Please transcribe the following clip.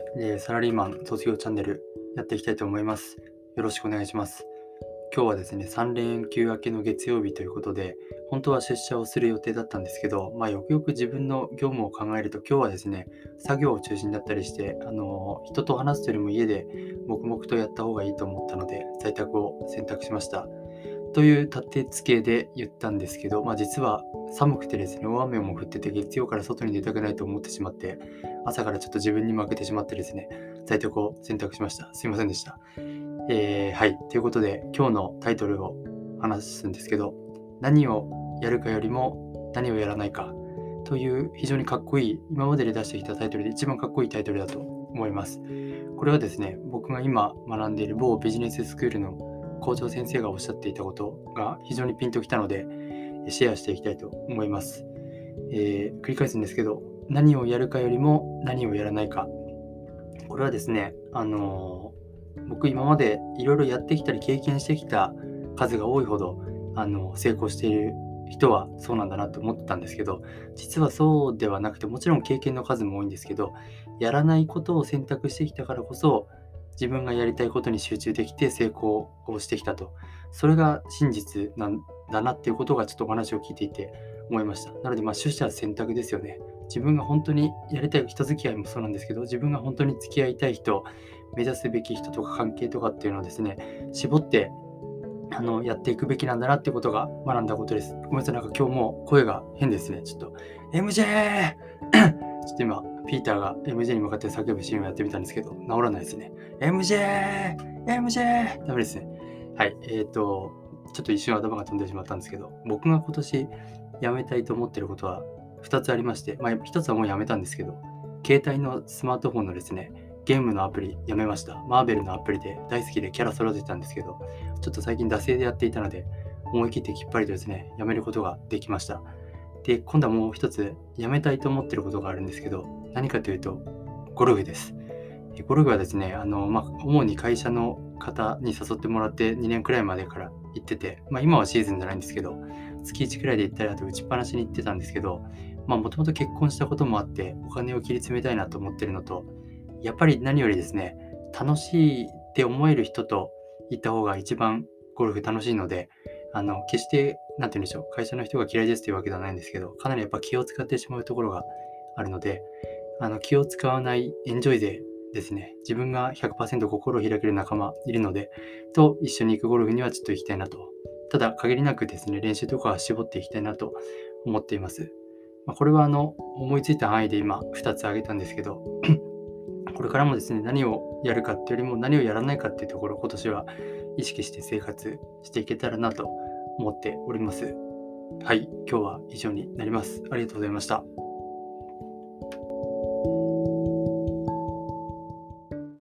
サラリーマン卒業チャンネルやっていきたいと思います。よろしくお願いします。今日はですね、3連休明けの月曜日ということで、本当は出社をする予定だったんですけど、よくよく自分の業務を考えると、今日はですね、作業を中心だったりして、人と話すよりも家で黙々とやった方がいいと思ったので、在宅を選択しました。という立て付けで言ったんですけど、実は寒くてですね、大雨も降ってて、月曜から外に出たくないと思ってしまって、朝からちょっと自分に負けてしまってですね、在宅を選択しました。すいませんでした。はい。ということで、今日のタイトルを話すんですけど、何をやるかよりも何をやらないかという非常にかっこいい、今までで出してきたタイトルで一番かっこいいタイトルだと思います。これはですね、僕が今学んでいる某ビジネススクールの校長先生がおっしゃっていたことが非常にピンときたので、シェアしていきたいと思います。繰り返すんですけど、何をやるかよりも何をやらないか。これはですね、僕今までいろいろやってきたり経験してきた数が多いほど、成功している人はそうなんだなと思ってたんですけど、実はそうではなくて、もちろん経験の数も多いんですけど、やらないことを選択してきたからこそ、自分がやりたいことに集中できて成功をしてきたと。それが真実なんだなっていうことがちょっとお話を聞いていて思いました。なので、取捨選択ですよね。自分が本当にやりたい人付き合いもそうなんですけど、自分が本当に付き合いたい人、目指すべき人とか関係とかっていうのをですね、絞ってやっていくべきなんだなってことが学んだことです。ごめんなさい、今日も声が変ですね。ちょっと MJ ちょっと今ピーターが MJ に向かって叫ぶシーンをやってみたんですけど、治らないですね。MJ ダメですね。はい、ちょっと一瞬頭が飛んでしまったんですけど、僕が今年やめたいと思っていることは2つありまして、1つはもうやめたんですけど、携帯のスマートフォンのですね、ゲームのアプリやめました。マーベルのアプリで大好きでキャラ育ててたんですけど、ちょっと最近惰性でやっていたので、思い切ってきっぱりとですね、やめることができました。で、今度はもう一つ、やめたいと思ってることがあるんですけど、何かというと、ゴルフです。ゴルフはですね、主に会社の方に誘ってもらって2年くらいまでから行ってて、今はシーズンじゃないんですけど、月1くらいで行ったり、あと打ちっぱなしに行ってたんですけど、もともと結婚したこともあって、お金を切り詰めたいなと思ってるのと、やっぱり何よりですね、楽しいって思える人と行った方が一番ゴルフ楽しいので、決して、なんて言うんでしょう、会社の人が嫌いですというわけではないんですけど、かなりやっぱ気を使ってしまうところがあるので、気を使わないエンジョイ勢ですね、自分が 100% 心を開ける仲間いるので、と一緒に行くゴルフにはちょっと行きたいなと。ただ、限りなくですね、練習とかは絞っていきたいなと思っています。これは思いついた範囲で今2つ挙げたんですけど、これからもですね、何をやるかっていうよりも何をやらないかっていうところを今年は意識して生活していけたらなと思っております。はい、今日は以上になります。ありがとうございました。